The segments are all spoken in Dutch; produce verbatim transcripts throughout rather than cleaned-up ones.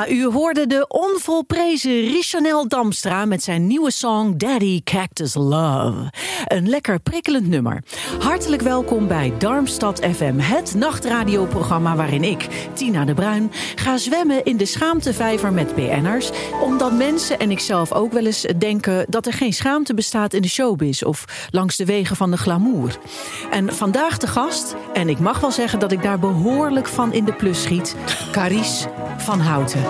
Ja, u hoorde de onvolprezen Richanel Damstra met zijn nieuwe song Daddy Cactus Love. Een lekker prikkelend nummer. Hartelijk welkom bij Darmstad F M, het nachtradioprogramma waarin ik, Tina de Bruin, ga zwemmen in de schaamtevijver met B N'ers, omdat mensen en ikzelf ook wel eens denken dat er geen schaamte bestaat in de showbiz of langs de wegen van de glamour. En vandaag de gast, en ik mag wel zeggen dat ik daar behoorlijk van in de plus schiet, Carice van Houten.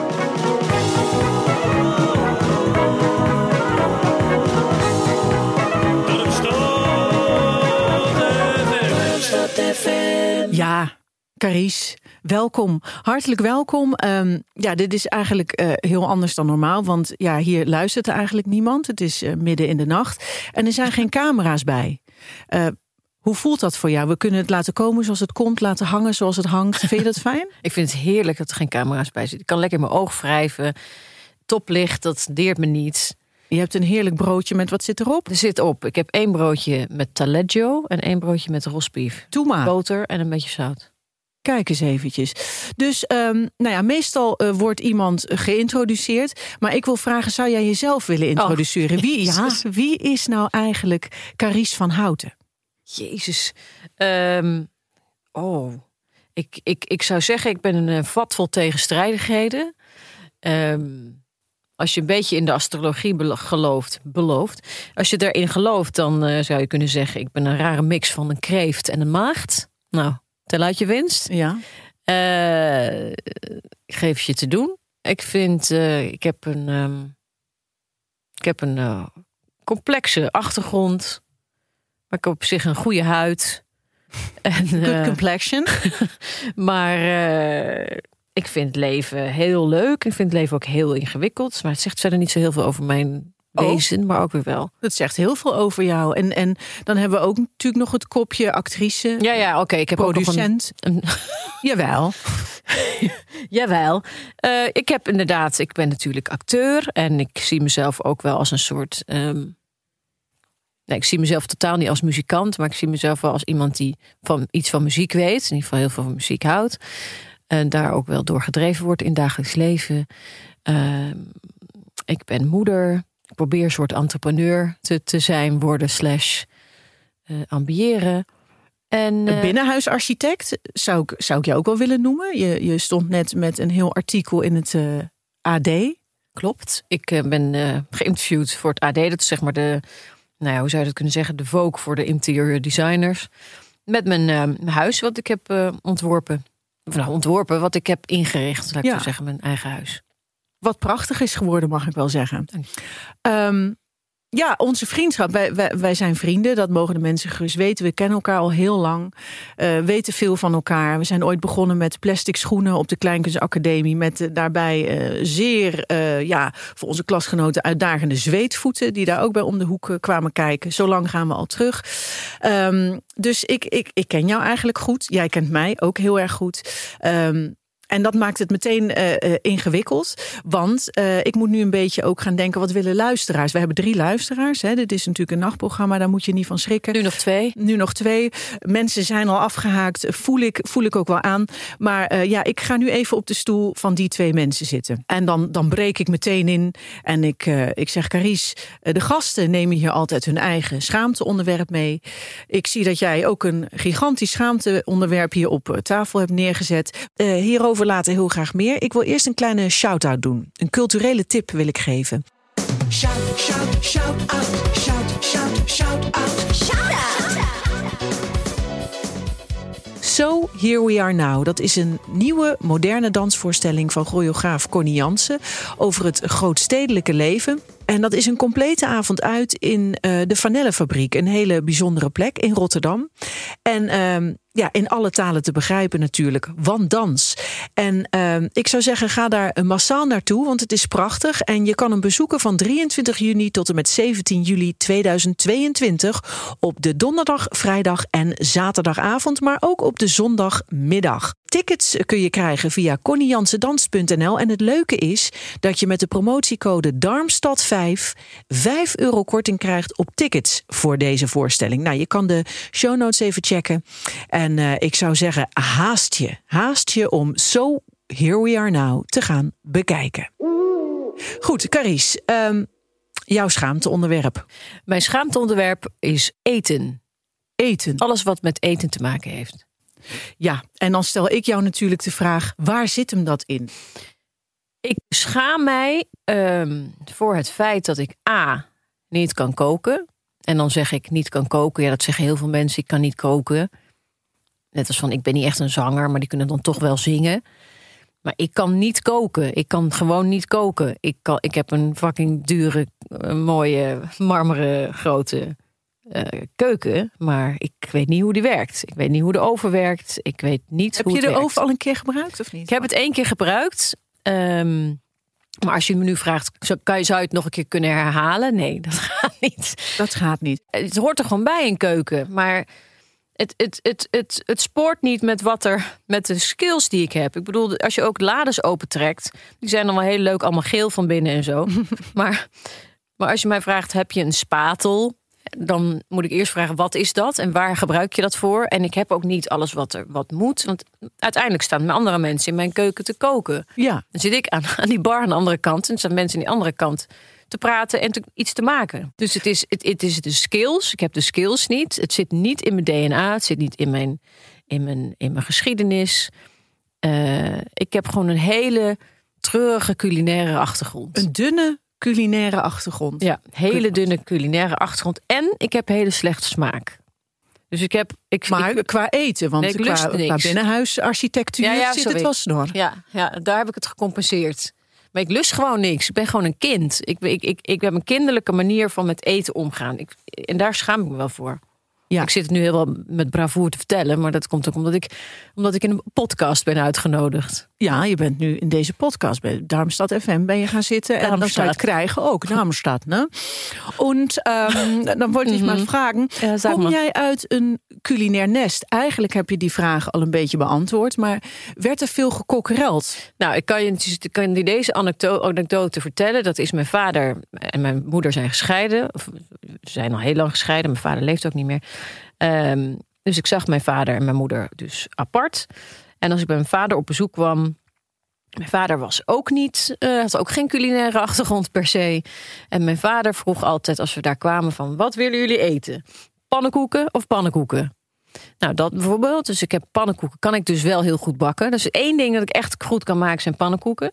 Ja, Carice, welkom. Hartelijk welkom. Um, ja, dit is eigenlijk uh, heel anders dan normaal, want ja, hier luistert er eigenlijk niemand. Het is uh, midden in de nacht en er zijn geen camera's bij. Uh, Hoe voelt dat voor jou? We kunnen het laten komen zoals het komt, laten hangen zoals het hangt. Vind je dat fijn? Ik vind het heerlijk dat er geen camera's bij zitten. Ik kan lekker in mijn oog wrijven. Toplicht, dat deert me niet. Je hebt een heerlijk broodje met wat zit erop? Er zit op. Ik heb één broodje met taleggio en één broodje met rosbief. Doe maar. Boter en een beetje zout. Kijk eens eventjes. Dus um, nou ja, meestal uh, wordt iemand geïntroduceerd. Maar ik wil vragen, zou jij jezelf willen introduceren? Oh, wie, ja, wie is nou eigenlijk Carice van Houten? Jezus. Um, oh. Ik, ik, ik zou zeggen, ik ben een vat vol tegenstrijdigheden. Um, als je een beetje in de astrologie be- gelooft, belooft. Als je daarin gelooft, dan uh, zou je kunnen zeggen, ik ben een rare mix van een kreeft en een maagd. Nou, tel uit je winst. Ja. Uh, ik geef je te doen. Ik vind, uh, ik heb een, um, ik heb een uh, complexe achtergrond. Maar ik heb op zich een goede huid. En, Good uh, complexion. maar uh, ik vind het leven heel leuk. Ik vind het leven ook heel ingewikkeld. Maar het zegt verder niet zo heel veel over mijn wezen, oh. maar ook weer wel. Het zegt heel veel over jou. En, en dan hebben we ook natuurlijk nog het kopje actrice. Ja, ja, oké. Okay. Ik heb producent. Ook nog een, een... Jawel. Jawel. Uh, ik heb inderdaad, ik ben natuurlijk acteur. En ik zie mezelf ook wel als een soort... Um, Nee, ik zie mezelf totaal niet als muzikant, maar ik zie mezelf wel als iemand die van iets van muziek weet. In ieder geval heel veel van muziek houdt. En daar ook wel door gedreven wordt in dagelijks leven. Uh, ik ben moeder. Ik probeer een soort entrepreneur te, te zijn, worden slash uh, ambiëren. En, uh, binnenhuisarchitect zou ik, zou ik jou ook wel willen noemen. Je, je stond net met een heel artikel in het uh, A D. Klopt. Ik uh, ben uh, geïnterviewd voor het A D. Dat is zeg maar de... Nou ja, hoe zou je dat kunnen zeggen? De Vogue voor de interieur designers. Met mijn uh, huis wat ik heb uh, ontworpen. Of nou, ontworpen, wat ik heb ingericht. Laat ik ja. zo zeggen, mijn eigen huis. Wat prachtig is geworden, mag ik wel zeggen. Um, ja, onze vriendschap. Wij, wij, wij zijn vrienden, dat mogen de mensen gerust weten. We kennen elkaar al heel lang. Uh, weten veel van elkaar. We zijn ooit begonnen met plastic schoenen op de Kleinkunstacademie. Met uh, daarbij uh, zeer, uh, ja, voor onze klasgenoten uitdagende zweetvoeten. Die daar ook bij om de hoek uh, kwamen kijken. Zo lang gaan we al terug. Um, dus ik, ik, ik ken jou eigenlijk goed. Jij kent mij ook heel erg goed. Um, En dat maakt het meteen uh, uh, ingewikkeld. Want uh, ik moet nu een beetje ook gaan denken, wat willen luisteraars? We hebben drie luisteraars. Hè. Dit is natuurlijk een nachtprogramma, daar moet je niet van schrikken. Nu nog twee. Nu nog twee. Mensen zijn al afgehaakt, voel ik, voel ik ook wel aan. Maar uh, ja, ik ga nu even op de stoel van die twee mensen zitten. En dan, dan breek ik meteen in. En ik, uh, ik zeg, Carice, uh, de gasten nemen hier altijd hun eigen schaamteonderwerp mee. Ik zie dat jij ook een gigantisch schaamteonderwerp hier op tafel hebt neergezet. Uh, hierover We laten heel graag meer. Ik wil eerst een kleine shout-out doen. Een culturele tip wil ik geven. Shout, shout, shout out. Shout, shout, shout out. Shout out. So, Here We Are Now. Dat is een nieuwe, moderne dansvoorstelling van choreograaf Connie Jansen over het grootstedelijke leven. En dat is een complete avond uit in uh, de Vanellenfabriek. Een hele bijzondere plek in Rotterdam. En uh, ja, in alle talen te begrijpen natuurlijk. Want dans. En uh, ik zou zeggen, ga daar massaal naartoe, want het is prachtig. En je kan hem bezoeken van drieëntwintig juni tot en met zeventien juli tweeduizend tweeëntwintig. Op de donderdag, vrijdag en zaterdagavond. Maar ook op de zondagmiddag. Tickets kun je krijgen via connie jansen dans punt n l. En het leuke is dat je met de promotiecode Darmstad vijf vijf euro korting krijgt op tickets voor deze voorstelling. Nou, je kan de show notes even checken. En uh, ik zou zeggen, haast je. Haast je om So Here We Are Now te gaan bekijken. Goed, Carice, um, jouw schaamteonderwerp. Mijn schaamteonderwerp is eten. Eten. Alles wat met eten te maken heeft. Ja, en dan stel ik jou natuurlijk de vraag, waar zit hem dat in? Ik schaam mij um, voor het feit dat ik A, niet kan koken. En dan zeg ik niet kan koken. Ja, dat zeggen heel veel mensen, ik kan niet koken. Net als van, ik ben niet echt een zanger, maar die kunnen dan toch wel zingen. Maar ik kan niet koken. Ik kan gewoon niet koken. Ik, kan, ik heb een fucking dure, mooie, marmeren grote uh, keuken. Maar ik weet niet hoe die werkt. Ik weet niet hoe de oven werkt. Ik weet niet heb hoe het werkt. Heb je de werkt. oven al een keer gebruikt of niet? Ik heb het één keer gebruikt. Um, maar als je me nu vraagt, kan je, zou je het nog een keer kunnen herhalen? Nee, dat gaat niet. Dat gaat niet. Het hoort er gewoon bij in keuken. Maar het, het, het, het, het spoort niet met wat er met de skills die ik heb. Ik bedoel, als je ook lades opentrekt, die zijn dan wel heel leuk, allemaal geel van binnen en zo. maar, maar als je mij vraagt, heb je een spatel? Dan moet ik eerst vragen, wat is dat? En waar gebruik je dat voor? En ik heb ook niet alles wat er wat moet. Want uiteindelijk staan mijn andere mensen in mijn keuken te koken. Ja. Dan zit ik aan, aan die bar aan de andere kant. En staan mensen aan die andere kant te praten en te, iets te maken. Dus het is, het, het is de skills. Ik heb de skills niet. Het zit niet in mijn D N A. Het zit niet in mijn, in mijn, in mijn geschiedenis. Uh, ik heb gewoon een hele treurige culinaire achtergrond. Een dunne culinaire achtergrond. Ja, hele dunne culinaire achtergrond. En ik heb hele slechte smaak. Dus ik heb... Ik, maar ik, qua eten, want nee, qua, qua binnenhuisarchitectuur ja, ja, zit sorry. het wel snor. Ja, ja, daar heb ik het gecompenseerd. Maar ik lust gewoon niks. Ik ben gewoon een kind. Ik, ik, ik, ik heb een kinderlijke manier van met eten omgaan. Ik, en daar schaam ik me wel voor. Ja. Ik zit het nu heel wel met bravoure te vertellen, maar dat komt ook omdat ik, omdat ik in een podcast ben uitgenodigd. Ja, je bent nu in deze podcast bij Darmstadt F M ben je gaan zitten en dan zou je het krijgen ook, Darmstadt, ne? En um, dan wollte ich mal vragen, ja, kom jij uit een culinair nest? Eigenlijk heb je die vraag al een beetje beantwoord, maar werd er veel gekokkereld? Nou, ik kan je, ik kan je deze anekdote, anekdote vertellen. Dat is mijn vader en mijn moeder zijn gescheiden. Of, ze zijn al heel lang gescheiden, mijn vader leeft ook niet meer. Um, dus ik zag mijn vader en mijn moeder dus apart. En als ik bij mijn vader op bezoek kwam, mijn vader was ook niet, uh, had ook geen culinaire achtergrond per se. En mijn vader vroeg altijd als we daar kwamen van, wat willen jullie eten? Pannenkoeken of pannenkoeken? Nou, dat bijvoorbeeld. Dus ik heb pannenkoeken, kan ik dus wel heel goed bakken. Dat is één ding dat ik echt goed kan maken, zijn pannenkoeken.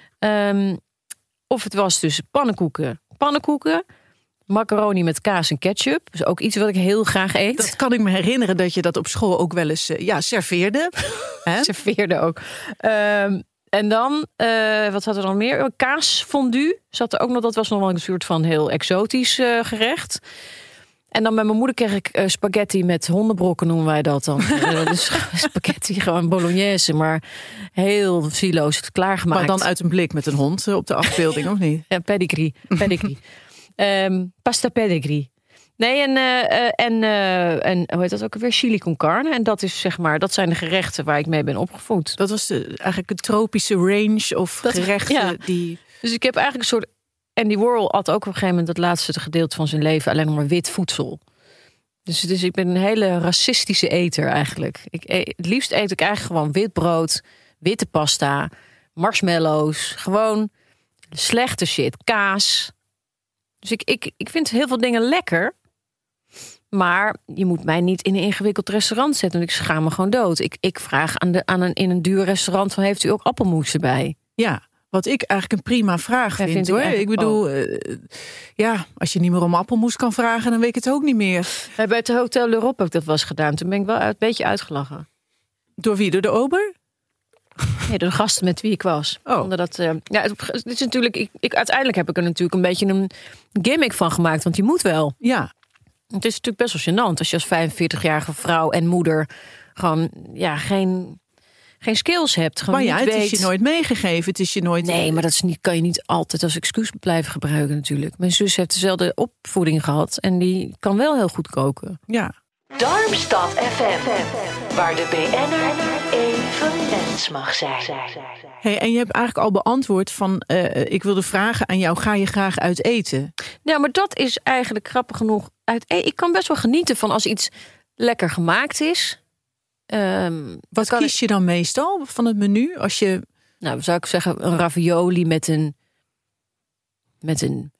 Um, of het was dus pannenkoeken, pannenkoeken. Macaroni met kaas en ketchup. Dat is ook iets wat ik heel graag eet. Dat kan ik me herinneren dat je dat op school ook wel eens uh, ja, serveerde. serveerde ook. Um, en dan, uh, wat zat er dan meer? Kaasfondue zat er ook nog. Dat was nog wel een soort van heel exotisch uh, gerecht. En dan met mijn moeder kreeg ik uh, spaghetti met hondenbrokken, noemen wij dat dan. uh, dus spaghetti, gewoon bolognese, maar heel siloos klaargemaakt. Maar dan uit een blik met een hond uh, op de afbeelding, of niet? Ja, pedigree. pedigree. Um, pasta pedigree. Nee, en, uh, en, uh, en hoe heet dat ook alweer? Chili con carne. En dat is zeg maar, dat zijn de gerechten waar ik mee ben opgevoed. Dat was de, eigenlijk een tropische range of dat, gerechten ja. die. Dus ik heb eigenlijk een soort. Andy Warhol had ook op een gegeven moment het laatste gedeelte van zijn leven alleen nog maar wit voedsel. Dus, dus ik ben een hele racistische eter eigenlijk. Ik, het liefst eet ik eigenlijk gewoon wit brood, witte pasta, marshmallows, gewoon slechte shit, kaas. Dus ik, ik, ik vind heel veel dingen lekker. Maar je moet mij niet in een ingewikkeld restaurant zetten. Want ik schaam me gewoon dood. Ik, ik vraag aan de, aan een, in een duur restaurant van, heeft u ook appelmoes erbij? Ja, wat ik eigenlijk een prima vraag vind, vind hoor. Ik, ik bedoel, uh, ja, als je niet meer om appelmoes kan vragen, dan weet ik het ook niet meer. Bij het Hotel L'Europe heb ik dat was gedaan. Toen ben ik wel een beetje uitgelachen. Door wie? Door de ober? Nee, door de gasten met wie ik was. Oh. Omdat dat, uh, ja, het, het is natuurlijk, ik, ik, uiteindelijk heb ik er natuurlijk een beetje een gimmick van gemaakt. Want je moet wel. Ja. Het is natuurlijk best wel gênant als je als vijfenveertigjarige vrouw en moeder gewoon ja, geen, geen skills hebt. Gewoon maar ja, niet het weet. is je nooit meegegeven. Het is je nooit. Nee, maar dat is niet, kan je niet altijd als excuus blijven gebruiken natuurlijk. Mijn zus heeft dezelfde opvoeding gehad en die kan wel heel goed koken. Ja. Darmstadt F M, waar de B N'er even mens mag zijn. Hey, en je hebt eigenlijk al beantwoord van, uh, ik wilde vragen aan jou, ga je graag uit eten? Ja, maar dat is eigenlijk grappig genoeg. Uit, ik kan best wel genieten van als iets lekker gemaakt is. Um, Wat kies ik... je dan meestal van het menu? Als je nou, zou ik zeggen, een ravioli met een, met een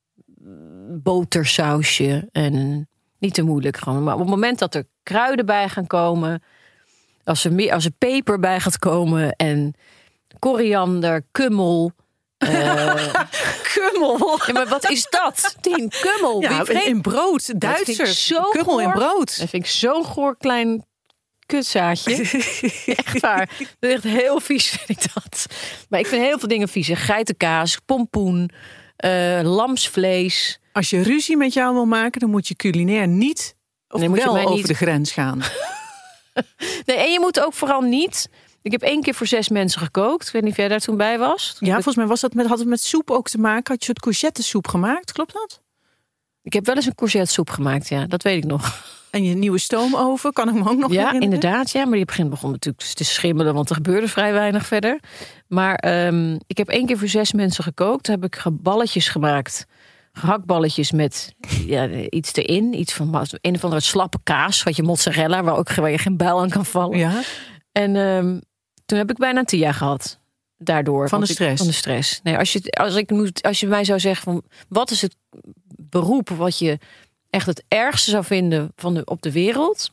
botersausje. En niet te moeilijk gewoon. Maar op het moment dat er kruiden bij gaan komen, als er, meer, als er peper bij gaat komen en koriander, kummel. Uh, kummel. Ja, maar wat is dat? Tien, kummel. Ja, in, in brood, Duitsers. Kummel goor. in brood. Dat vind ik zo'n goor klein kutzaadje. Echt waar. Dat is echt heel vies, vind ik dat. Maar ik vind heel veel dingen vies. Geitenkaas, pompoen, uh, lamsvlees. Als je ruzie met jou wil maken, dan moet je culinair niet of nee, wel over niet... de grens gaan. Nee, en je moet ook vooral niet... Ik heb één keer voor zes mensen gekookt. Ik weet niet of jij daar toen bij was. Ja, volgens mij was dat met, had het met soep ook te maken. Had je een soort courgettesoep gemaakt, klopt dat? Ik heb wel eens een courgettesoep gemaakt, ja. Dat weet ik nog. En je nieuwe stoomoven, kan ik me ook nog ja, herinneren? Inderdaad, ja. Maar die begin begon natuurlijk te schimmelen, want er gebeurde vrij weinig verder. Maar um, ik heb één keer voor zes mensen gekookt. Toen heb ik balletjes gemaakt. Gehaktballetjes met ja, iets erin. Iets van een of andere slappe kaas. Wat je mozzarella, waar, ook, waar je geen bijl aan kan vallen. Ja. En um, toen heb ik bijna Tia gehad. Daardoor. Van de stress? Ik, van de stress. Nee, als, je, als, ik moet, als je mij zou zeggen, van, wat is het beroep wat je echt het ergste zou vinden van de, op de wereld?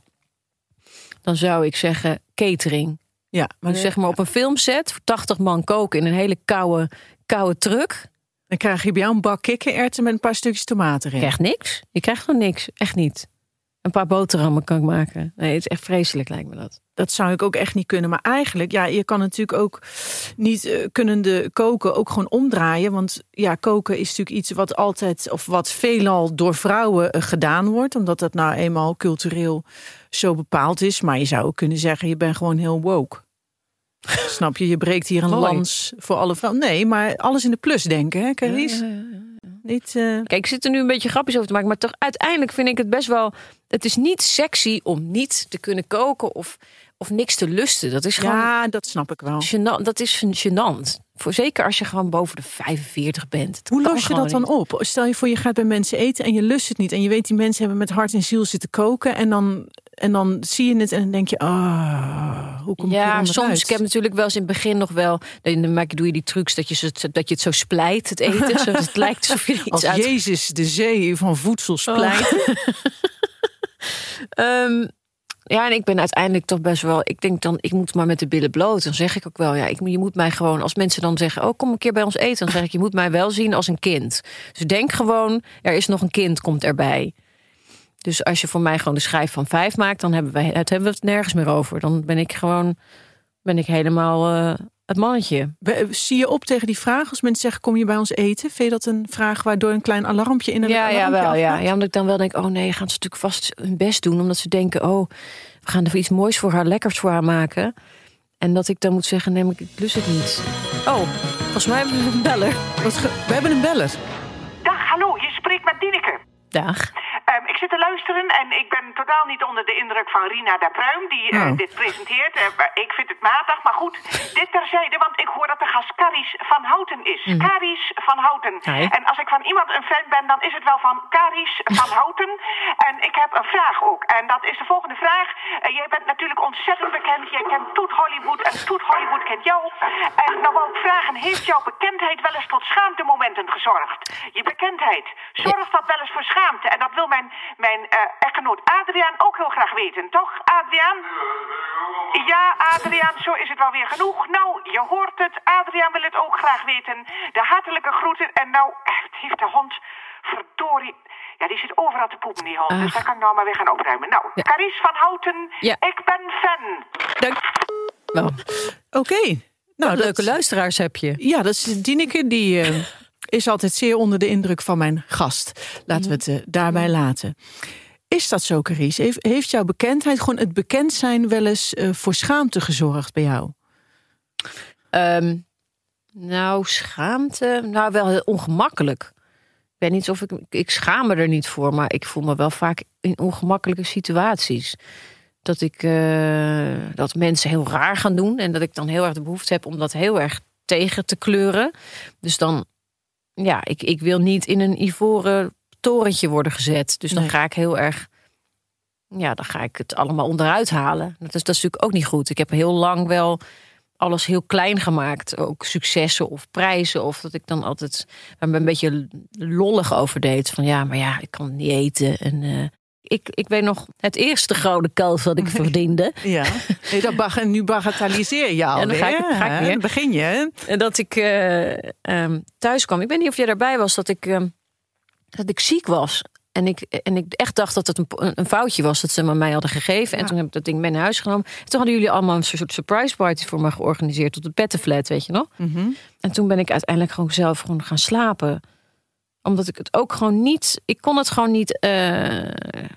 Dan zou ik zeggen catering. Ja, maar dus zeg maar op een filmset voor tachtig man koken in een hele koude, koude truck. Dan krijg je bij jou een bak kikkererwten met een paar stukjes tomaten erin. Ik krijg niks. Je krijgt gewoon niks. Echt niet. Een paar boterhammen kan ik maken. Nee, het is echt vreselijk, lijkt me dat. Dat zou ik ook echt niet kunnen. Maar eigenlijk, ja, je kan natuurlijk ook niet uh, kunnende koken ook gewoon omdraaien. Want ja, koken is natuurlijk iets wat altijd, of wat veelal door vrouwen uh, gedaan wordt. Omdat dat nou eenmaal cultureel zo bepaald is. Maar je zou ook kunnen zeggen, je bent gewoon heel woke. Snap je? Je breekt hier een Mooi. lans voor alle vrouwen. Nee, maar alles in de plus denken, hè, Carice? Ja, ja, ja. Niet, uh... Kijk, ik zit er nu een beetje grapjes over te maken. Maar toch uiteindelijk vind ik het best wel... Het is niet sexy om niet te kunnen koken of, of niks te lusten. Dat is gewoon... Ja, dat snap ik wel. Gênant, dat is gênant. Voor, zeker als je gewoon boven de vijfenveertig bent. Hoe los je dat dan op? Stel je voor, je gaat bij mensen eten en je lust het niet. En je weet, die mensen hebben met hart en ziel zitten koken. En dan... En dan zie je het en dan denk je, ah, oh, hoe kom ik ja, hier soms. Ik heb natuurlijk wel eens in het begin nog wel. Dan doe je die trucs dat je het, dat je het zo splijt, het eten. Zodat het lijkt alsof je iets Als uit... Jezus de zee van voedsel splijt. Oh. um, ja, en ik ben uiteindelijk toch best wel... Ik denk dan, ik moet maar met de billen bloot. Dan zeg ik ook wel, ja, ik, je moet mij gewoon... Als mensen dan zeggen, oh, kom een keer bij ons eten. Dan zeg ik, je moet mij wel zien als een kind. Dus denk gewoon, er is nog een kind, komt erbij. Dus als je voor mij gewoon de schijf van vijf maakt, dan hebben, wij, het, hebben we het nergens meer over. Dan ben ik gewoon ben ik helemaal uh, het mannetje. Zie je op tegen die vraag als mensen zeggen, kom je bij ons eten? Vind je dat een vraag waardoor een klein alarmpje in een ja, alarmpje ja, wel, afgaat? ja, ja, omdat ik dan wel denk, oh nee, gaan ze natuurlijk vast hun best doen. Omdat ze denken, oh, we gaan er iets moois voor haar, lekkers voor haar maken. En dat ik dan moet zeggen, nee, ik lust het niet. Oh, volgens mij hebben we een beller. Wat ge- we hebben een beller. Dag, hallo, je spreekt met Dineke. Dag. Um, ik zit te luisteren en ik ben totaal niet onder de indruk van Rina da Pruim, die uh, oh. dit presenteert. Uh, ik vind het matig, maar goed. Dit terzijde, want ik hoor dat de gast Carice van Houten is. Mm. Carice van Houten. Hi. En als ik van iemand een fan ben, dan is het wel van Carice van Houten. En ik heb een vraag ook. En dat is de volgende vraag. Uh, jij bent natuurlijk ontzettend bekend. Jij kent Toet Hollywood en Toet Hollywood kent jou. En dan wou ik vragen, heeft jouw bekendheid wel eens tot schaamtemomenten gezorgd? Je bekendheid, zorgt dat wel eens voor schaamte? En dat wil mijn, mijn uh, echtgenoot Adriaan ook heel graag weten, toch, Adriaan? Ja, Adriaan, zo is het wel weer genoeg. Nou, je hoort het. Adriaan wil het ook graag weten. De hartelijke groeten. En nou, echt, heeft de hond, verdorie... Ja, die zit overal te poepen, die hond. Ach. Dus daar kan ik nou maar weer gaan opruimen. Nou, ja. Carice van Houten, ja. Ik ben fan. Dank. Nou. Oké. Okay. Nou, dat... leuke luisteraars heb je. Ja, dat is Dineke, die... Uh... is altijd zeer onder de indruk van mijn gast. Laten we het uh, daarbij laten. Is dat zo, Carice? Heeft, heeft jouw bekendheid, gewoon het bekend zijn, wel eens uh, voor schaamte gezorgd bij jou? Um, nou, schaamte? Nou, wel heel ongemakkelijk. Ik weet niet of ik... Ik schaam me er niet voor, maar ik voel me wel vaak in ongemakkelijke situaties. Dat ik... Uh, dat mensen heel raar gaan doen. En dat ik dan heel erg de behoefte heb om dat heel erg tegen te kleuren. Dus dan... Ja, ik, ik wil niet in een ivoren torentje worden gezet. Dus dan nee. ga ik heel erg... Ja, dan ga ik het allemaal onderuit halen. Dat is, dat is natuurlijk ook niet goed. Ik heb heel lang wel alles heel klein gemaakt. Ook successen of prijzen. Of dat ik dan altijd er me een beetje lollig over deed. Van ja, maar ja, ik kan het niet eten. En uh, ik, ik weet nog het eerste gouden kalf wat ik verdiende. Ja, nee, dat bag- nu bagatelliseer je al. En dan ga ik, ga ik weer. Dan begin je. En dat ik uh, um, thuis kwam. Ik weet niet of jij daarbij was. Dat ik, um, dat ik ziek was. En ik, en ik echt dacht dat het een, een foutje was dat ze me mij hadden gegeven. Ja. En toen heb ik dat ding mee naar huis genomen. En toen hadden jullie allemaal een soort surprise party voor me georganiseerd. Tot het pettenflat, weet je nog? Mm-hmm. En toen ben ik uiteindelijk gewoon zelf gewoon gaan slapen. Omdat ik het ook gewoon niet... Ik kon het gewoon niet... Uh,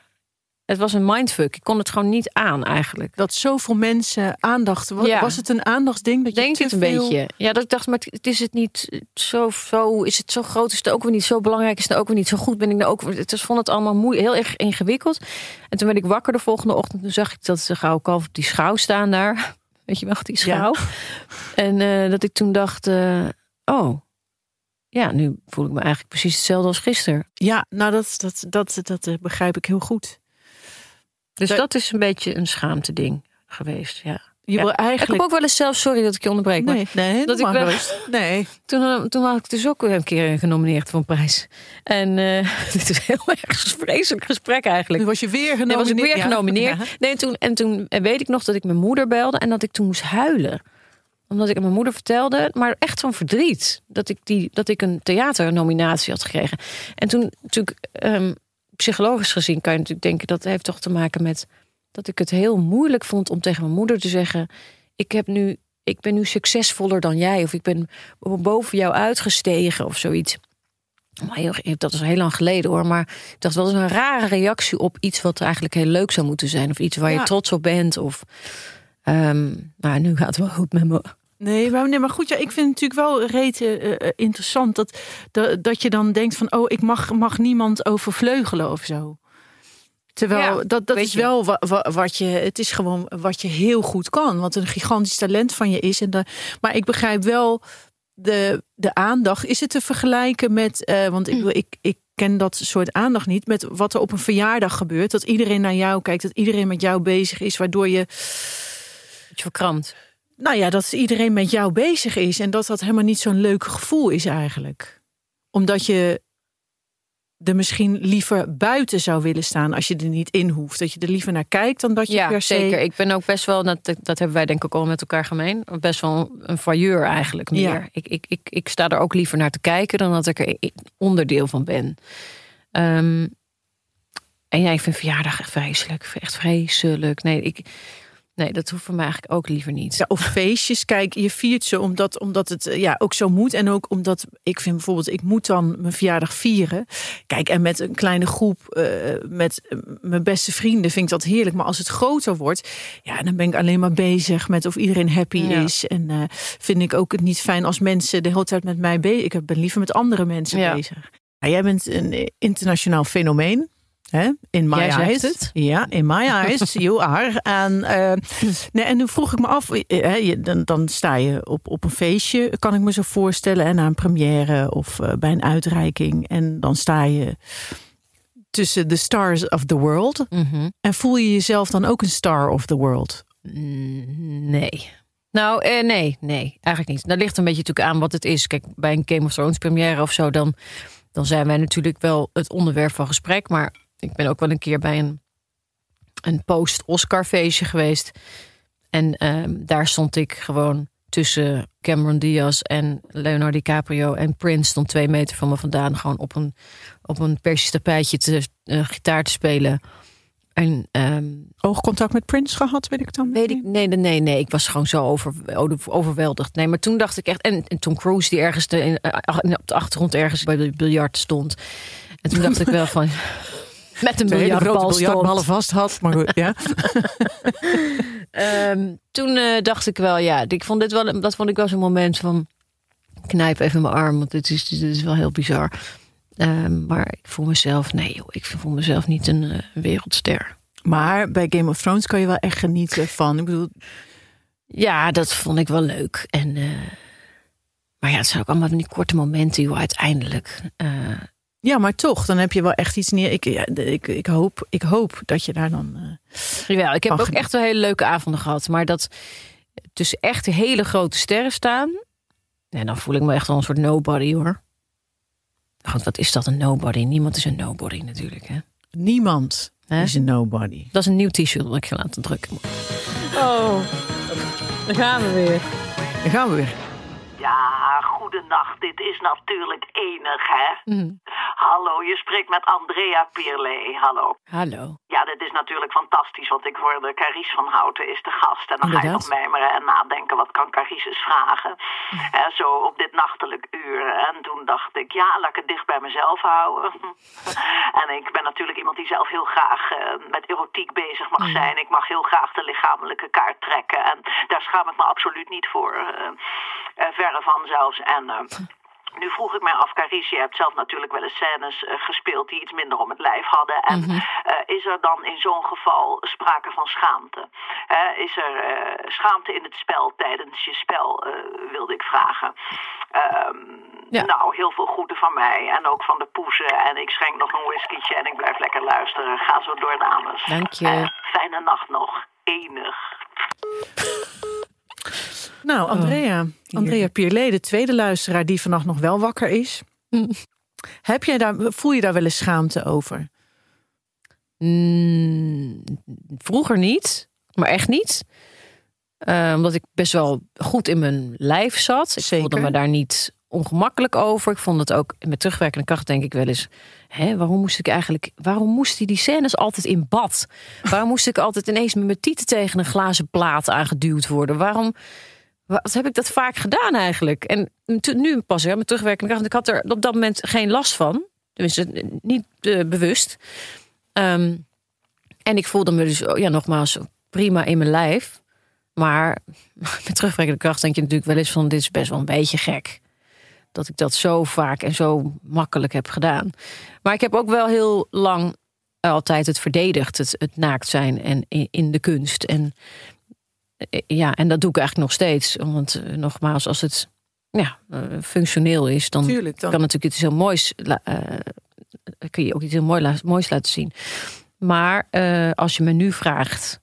het was een mindfuck. Ik kon het gewoon niet aan eigenlijk. Dat zoveel mensen aandacht... Was, ja. was het een aandachtsding? Dat je Denk te het een veel... beetje. Ja, dat ik dacht, maar het is het niet zo, zo... Is het zo groot? Is het ook weer niet zo belangrijk? Is het ook weer niet zo goed? Ben ik nou ook... Het was, vond het allemaal moe, heel erg ingewikkeld. En toen werd ik wakker de volgende ochtend. Toen zag ik dat ze gouden kalf op die schouw staan daar. Weet je wel, die schouw. Ja. En uh, dat ik toen dacht... Uh, oh... Ja, nu voel ik me eigenlijk precies hetzelfde als gisteren. Ja, nou dat, dat, dat, dat, dat begrijp ik heel goed. Dus dat, dat is een beetje een schaamte ding geweest, ja. Je wil ja. eigenlijk... Ik heb ook wel eens zelf, sorry dat ik je onderbreek. Nee, nee, dat ik wel... nee. Toen, toen was ik dus ook een keer genomineerd voor een prijs. En uh, dit is heel erg een vreselijk gesprek eigenlijk. Toen was je weer genomineerd. Nee, was ik weer genomineerd. Ja. Nee, en, toen, en toen weet ik nog dat ik mijn moeder belde en dat ik toen moest huilen. Omdat ik aan mijn moeder vertelde, maar echt van verdriet. Dat ik, die, dat ik een theaternominatie had gekregen. En toen natuurlijk, um, psychologisch gezien kan je natuurlijk denken... dat heeft toch te maken met dat ik het heel moeilijk vond om tegen mijn moeder te zeggen... ik, heb nu, ik ben nu succesvoller dan jij, of ik ben boven jou uitgestegen of zoiets. Maar heel, dat is heel lang geleden hoor, maar ik dacht wel eens een rare reactie op iets wat eigenlijk heel leuk zou moeten zijn. Of iets waar ja. je trots op bent. Of, um, nou, nu gaat het wel goed met me. Nee, maar, nee, maar goed, ja, ik vind het natuurlijk wel reet uh, interessant dat, dat, dat je dan denkt van... oh, ik mag, mag niemand overvleugelen of zo. Terwijl ja, dat, dat is je. wel wa, wa, wat je... Het is gewoon wat je heel goed kan. Wat een gigantisch talent van je is. En de, maar ik begrijp wel de, de aandacht. Is het te vergelijken met... Uh, want ik, ik, ik ken dat soort aandacht niet. Met wat er op een verjaardag gebeurt. Dat iedereen naar jou kijkt. Dat iedereen met jou bezig is. Waardoor je... je verkrampt. Nou ja, dat iedereen met jou bezig is. En dat dat helemaal niet zo'n leuk gevoel is eigenlijk. Omdat je er misschien liever buiten zou willen staan als je er niet in hoeft. Dat je er liever naar kijkt dan dat je ja, per se... zeker. Ik ben ook best wel, dat, dat hebben wij denk ik al met elkaar gemeen, best wel een voyeur eigenlijk meer. Ja. Ik, ik, ik, ik sta er ook liever naar te kijken dan dat ik er onderdeel van ben. Um, en ja, ik vind verjaardag echt vreselijk. Echt vreselijk. Nee, ik... Nee, dat hoeft voor mij eigenlijk ook liever niet. Ja, of feestjes. Kijk, je viert ze omdat, omdat het ja, ook zo moet. En ook omdat ik vind bijvoorbeeld, ik moet dan mijn verjaardag vieren. Kijk, en met een kleine groep, uh, met uh, mijn beste vrienden vind ik dat heerlijk. Maar als het groter wordt, ja, dan ben ik alleen maar bezig met of iedereen happy ja. is. En uh, vind ik ook het niet fijn als mensen de hele tijd met mij bezig. Ik ben liever met andere mensen ja. bezig. Nou, jij bent een internationaal fenomeen. He? In my Jij eyes. Het. Ja, in my eyes. You are. En, uh, nee, en nu vroeg ik me af, he, je, dan, dan sta je op, op een feestje, kan ik me zo voorstellen, en na een première of uh, bij een uitreiking. En dan sta je tussen de stars of the world. Mm-hmm. En voel je jezelf dan ook een star of the world? Nee. Nou, eh, nee, nee, eigenlijk niet. Dat ligt een beetje natuurlijk aan wat het is. Kijk, bij een Game of Thrones première of zo, dan, dan zijn wij natuurlijk wel het onderwerp van gesprek. Maar ik ben ook wel een keer bij een, een post-Oscar feestje geweest. En um, daar stond ik gewoon tussen Cameron Diaz en Leonardo DiCaprio. En Prince stond twee meter van me vandaan. Gewoon op een, op een Persisch tapijtje te, uh, gitaar te spelen. En, um, oogcontact met Prince gehad, weet ik dan? Weet ik, nee, nee, nee, nee. Ik was gewoon zo over, overweldigd. Nee, maar toen dacht ik echt... En, en Tom Cruise die ergens de, in, op de achtergrond ergens bij de biljart stond. En toen dacht ik wel van... Met een biljartbal biljartballen vast had, maar goed, ja. um, toen uh, dacht ik wel, ja, ik vond dit wel, dat vond ik wel zo'n moment van... knijp even mijn arm, want dit is, dit is wel heel bizar. Um, maar ik voel mezelf, nee joh, ik voel mezelf niet een uh, wereldster. Maar bij Game of Thrones kan je wel echt genieten van, ik bedoel... Ja, dat vond ik wel leuk. En, uh, maar ja, het zijn ook allemaal van die korte momenten, joh, uiteindelijk... Uh, Ja, maar toch, dan heb je wel echt iets neer. Ik, ja, ik, ik, hoop, ik hoop dat je daar dan... Uh, ja, ik heb ook echt wel hele leuke avonden gehad. Maar dat, tussen echt hele grote sterren staan. En dan voel ik me echt wel een soort nobody, hoor. God, wat is dat, een nobody? Niemand is een nobody natuurlijk, hè? Niemand Hè? is een nobody. Dat is een nieuw t-shirt dat ik ga laten drukken. Oh, daar gaan we weer. Daar gaan we weer. Ja, goedenacht. Dit is natuurlijk enig, hè? Mm. Hallo, je spreekt met Andrea Pierlet. Hallo. Hallo. Ja, dit is natuurlijk fantastisch, want ik hoorde Carice van Houten is de gast. En dan Inderdaad. ga je nog mijmeren en nadenken, wat kan Carice eens vragen? Mm. Hè, zo op dit nachtelijk uur. En toen dacht ik, ja, laat ik het dicht bij mezelf houden. En ik ben natuurlijk iemand die zelf heel graag uh, met erotiek bezig mag Mm. zijn. Ik mag heel graag de lichamelijke kaart trekken. En daar schaam ik me absoluut niet voor. Uh, uh, verre van zelfs. En... Uh, Nu vroeg ik mij af, Carice, je hebt zelf natuurlijk wel eens scènes uh, gespeeld die iets minder om het lijf hadden. En Mm-hmm. uh, is er dan in zo'n geval sprake van schaamte? Uh, is er uh, schaamte in het spel tijdens je spel, uh, wilde ik vragen. Um, Ja. Nou, heel veel groeten van mij en ook van de poezen. En ik schenk nog een whiskytje en ik blijf lekker luisteren. Ga zo door, dames. Dank je. Uh, fijne nacht nog. Enig. Nou, Andrea. Andrea Pierlet, de tweede luisteraar die vannacht nog wel wakker is. Mm. Heb jij daar, voel je daar wel eens schaamte over? Mm, vroeger niet, maar echt niet. Uh, omdat ik best wel goed in mijn lijf zat. Ik Zeker. voelde me daar niet ongemakkelijk over. Ik vond het ook met terugwerkende kracht, denk ik wel eens. Hè, waarom moest ik eigenlijk? Waarom moesten die scènes altijd in bad? Waarom moest ik altijd ineens met mijn tieten tegen een glazen plaat aangeduwd worden? Waarom? Wat heb ik dat vaak gedaan eigenlijk? En nu pas, hè, met terugwerkende kracht. Ik had er op dat moment geen last van. Tenminste, niet uh, bewust. Um, en ik voelde me dus, ja, nogmaals, prima in mijn lijf. Maar met terugwerkende kracht denk je natuurlijk wel eens van, dit is best wel een beetje gek. Dat ik dat zo vaak en zo makkelijk heb gedaan. Maar ik heb ook wel heel lang altijd het verdedigd. Het, het naakt zijn en in, in de kunst. En ja, en dat doe ik eigenlijk nog steeds. Want uh, nogmaals, als het ja, uh, functioneel is, dan, Tuurlijk, dan kan natuurlijk iets heel moois. Uh, kun je ook iets heel mooi la- moois laten zien. Maar uh, als je me nu vraagt,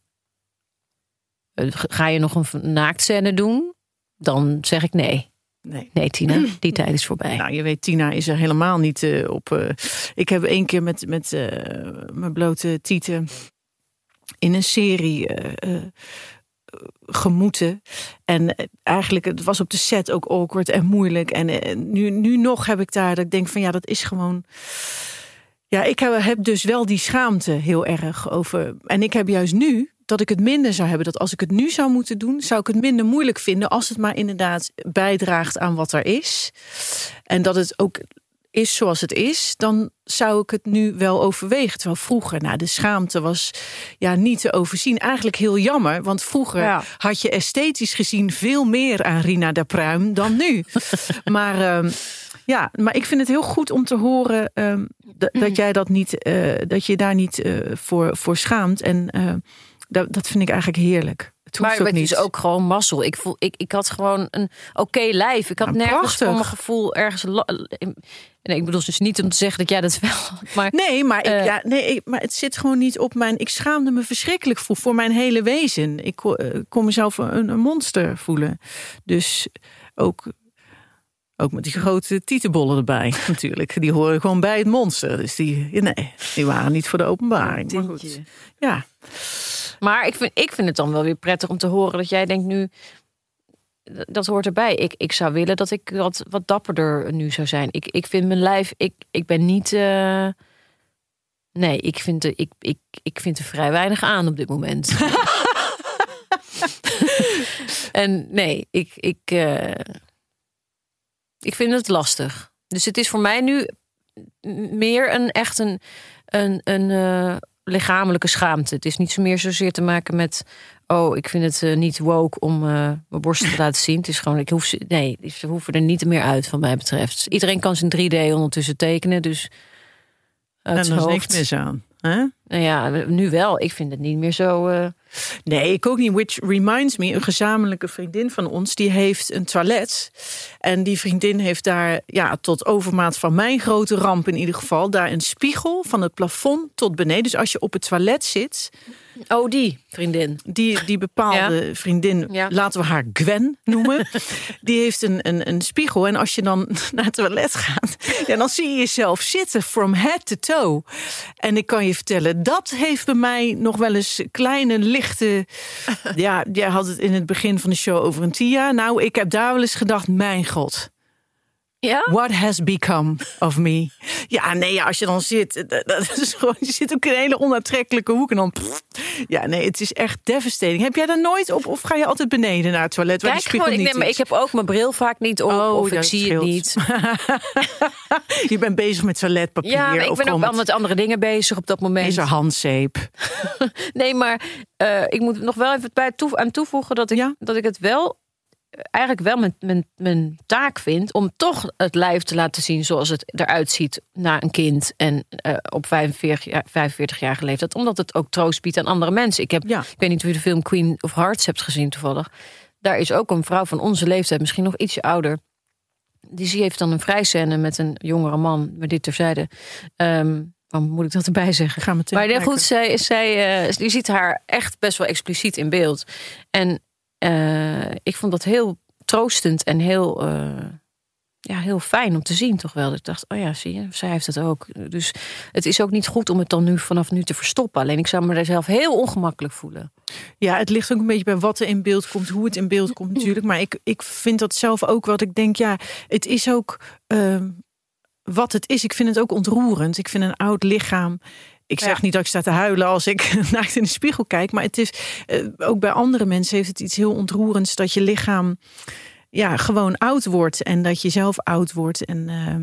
uh, ga je nog een naaktscène doen? Dan zeg ik nee. Nee. Nee, Tina, die tijd is voorbij. Nou, je weet, Tina is er helemaal niet uh, op. Uh, ik heb één keer met, met uh, mijn blote tieten in een serie uh, uh, gemoeten. En eigenlijk, het was op de set ook awkward en moeilijk. En uh, nu, nu nog heb ik daar, dat ik denk van ja, dat is gewoon... Ja, ik heb, heb dus wel die schaamte heel erg over. En ik heb juist nu dat ik het minder zou hebben. Dat als ik het nu zou moeten doen, zou ik het minder moeilijk vinden. Als het maar inderdaad bijdraagt aan wat er is. En dat het ook is zoals het is. Dan zou ik het nu wel overwegen. Terwijl vroeger, nou, de schaamte was ja niet te overzien. Eigenlijk heel jammer. Want vroeger Ja. had je esthetisch gezien veel meer aan Rina de Pruim dan nu. maar... Um, Ja, maar ik vind het heel goed om te horen um, d- dat jij dat niet, uh, dat je daar niet uh, voor, voor schaamt. En uh, dat, dat vind ik eigenlijk heerlijk. Het hoeft Maar ook het niet. is ook gewoon mazzel. Ik, voel, ik, ik had gewoon een oké lijf. Ik had Nou, nergens prachtig. voor mijn gevoel ergens... La- nee, ik bedoel dus niet om te zeggen dat jij dat wel... Maar, Nee, maar, ik, Uh, ja, nee ik, maar het zit gewoon niet op mijn... Ik schaamde me verschrikkelijk voor, voor mijn hele wezen. Ik kon, uh, kon mezelf een, een monster voelen. Dus ook... Ook met die grote tietenbollen erbij, natuurlijk. Die horen gewoon bij het monster. Dus die, nee, die waren niet voor de openbaring. Maar goed. Ja. maar ik, vind, ik vind het dan wel weer prettig om te horen dat jij denkt nu... Dat hoort erbij. Ik, ik zou willen dat ik wat, wat dapperder nu zou zijn. Ik, ik vind mijn lijf... Ik, ik ben niet... Uh, nee, ik vind, er, ik, ik, ik vind er vrij weinig aan op dit moment. En nee, ik... ik uh, Ik vind het lastig. Dus het is voor mij nu meer een echt een, een, een uh, lichamelijke schaamte. Het is niet zo meer zozeer te maken met... oh, ik vind het uh, niet woke om uh, mijn borsten te laten zien. Het is gewoon, ik hoef ze, nee, ze hoeven er niet meer uit wat mij betreft. Iedereen kan zijn drie D ondertussen tekenen, dus... En er is niks mis aan. Hè? Nou ja, nu wel. Ik vind het niet meer zo... Uh... Nee, ik ook niet. Which reminds me, een gezamenlijke vriendin van ons... die heeft een toilet. En die vriendin heeft daar, ja, tot overmaat van mijn grote ramp in ieder geval... daar een spiegel van het plafond tot beneden. Dus als je op het toilet zit... Oh, die vriendin. Die, die bepaalde ja. vriendin, ja. laten we haar Gwen noemen. Die heeft een, een, een spiegel. En als je dan naar het toilet gaat, ja, dan zie je jezelf zitten from head to toe. En ik kan je vertellen, dat heeft bij mij nog wel eens kleine, lichte... Ja, jij had het in het begin van de show over een Tia. Nou, ik heb daar wel eens gedacht, mijn god... Ja? What has become of me? Ja, nee, ja, als je dan zit, dat is gewoon, je zit ook in een hele onaantrekkelijke hoek en dan, pff, ja, nee, het is echt devastating. Heb jij dat nooit op, of ga je altijd beneden naar het toilet? Waar Kijk, die spiegel gewoon, ik, niet nee, maar ik heb ook mijn bril vaak niet op, oh, of ik zie scheelt. het niet. Je bent bezig met toiletpapier. Ja, maar ik of ben ook met, wel met andere dingen bezig op dat moment. Is er handzeep? Nee, maar uh, ik moet nog wel even bij toe, aan toevoegen dat ik, ja? dat ik het wel... eigenlijk wel mijn, mijn, mijn taak vind om toch het lijf te laten zien zoals het eruit ziet na een kind en uh, op vijfenveertig jaar leeftijd, omdat het ook troost biedt aan andere mensen. Ik heb, ja. ik weet niet of je de film Queen of Hearts hebt gezien toevallig. Daar is ook een vrouw van onze leeftijd, misschien nog ietsje ouder. Die heeft dan een vrijscène met een jongere man, maar dit terzijde. Um, Waarom moet ik dat erbij zeggen? Ga meteen maar kijken. goed, zij, zij, uh, je ziet haar echt best wel expliciet in beeld. En Uh, ik vond dat heel troostend en heel, uh, ja, heel fijn om te zien toch wel. Ik dacht, oh ja, zie je, zij heeft het ook. Dus het is ook niet goed om het dan nu vanaf nu te verstoppen. Alleen ik zou me daar zelf heel ongemakkelijk voelen. Ja, het ligt ook een beetje bij wat er in beeld komt, hoe het in beeld komt natuurlijk. Maar ik, ik vind dat zelf ook wat ik denk, ja, het is ook uh, wat het is. Ik vind het ook ontroerend. Ik vind een oud lichaam... Ik zeg ja. niet dat ik sta te huilen als ik naakt in de spiegel kijk. Maar het is uh, ook bij andere mensen heeft het iets heel ontroerends. Dat je lichaam ja, gewoon oud wordt. En dat je zelf oud wordt. En uh,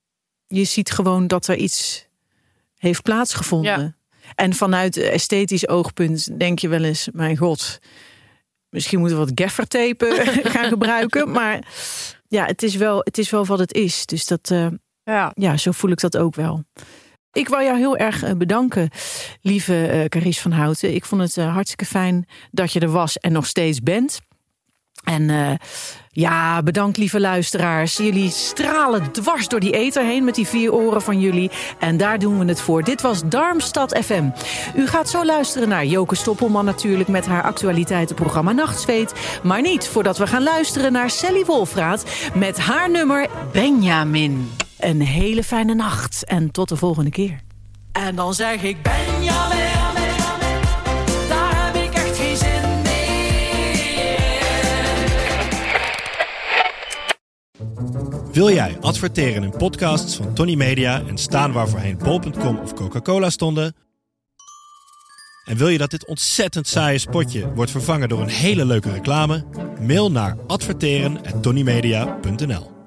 je ziet gewoon dat er iets heeft plaatsgevonden. Ja. En vanuit esthetisch oogpunt denk je wel eens... Mijn god, misschien moeten we wat gaffertape gaan gebruiken. Maar ja, het is wel, het is wel wat het is. Dus dat, uh, ja. ja, zo voel ik dat ook wel. Ik wil jou heel erg bedanken, lieve uh, Carice van Houten. Ik vond het uh, hartstikke fijn dat je er was en nog steeds bent. En uh, ja, bedankt lieve luisteraars. Jullie stralen dwars door die ether heen met die vier oren van jullie. En daar doen we het voor. Dit was Darmstad F M. U gaat zo luisteren naar Joke Stoppelman natuurlijk met haar actualiteitenprogramma Nachtzweet. Maar niet voordat we gaan luisteren naar Sally Wolfraat met haar nummer Benjamin. Een hele fijne nacht en tot de volgende keer. En dan zeg ik Benjamin, daar heb ik echt geen zin in. Wil jij adverteren in podcasts van Tony Media en staan waar voorheen bol punt com of Coca-Cola stonden? En wil je dat dit ontzettend saaie spotje wordt vervangen door een hele leuke reclame? Mail naar adverteren at tonymedia punt n l.